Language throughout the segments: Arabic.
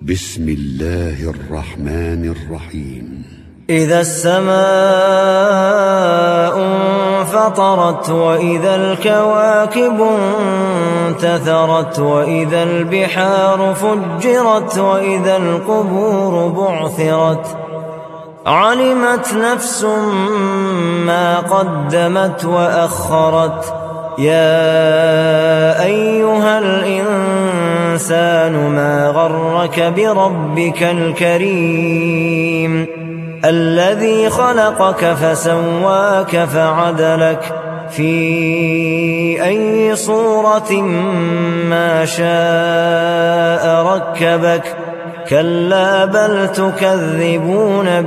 بسم الله الرحمن الرحيم إذا السماء انفطرت وإذا الكواكب انتثرت وإذا البحار فجرت وإذا القبور بعثرت علمت نفس ما قدمت وأخرت يا أيها الإنسان ما غرك بربك الكريم الذي خلقك فسواك فعدلك في أي صورة ما شاء ركبك كلا بل تكذبون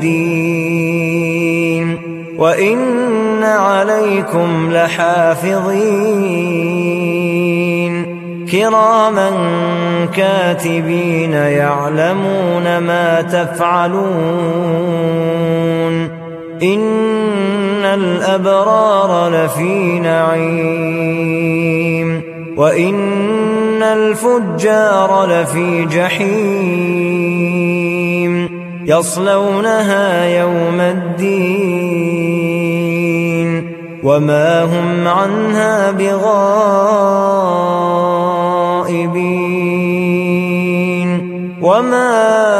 بالدين وإن عليكم لحافظين كراما كاتبين يعلمون ما تفعلون إن الأبرار لفي نعيم وإن الفجار لفي جحيم يصلونها يوم الدين وما هم عنها بغائبين وما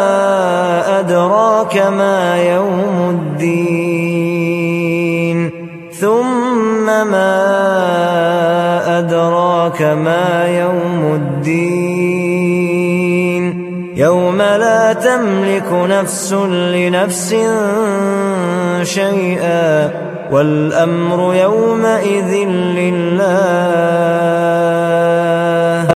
أدراك ما يوم الدين ثم ما أدراك ما يوم الدين يوم لا تملك نفس لنفس شيئا والأمر يومئذ لله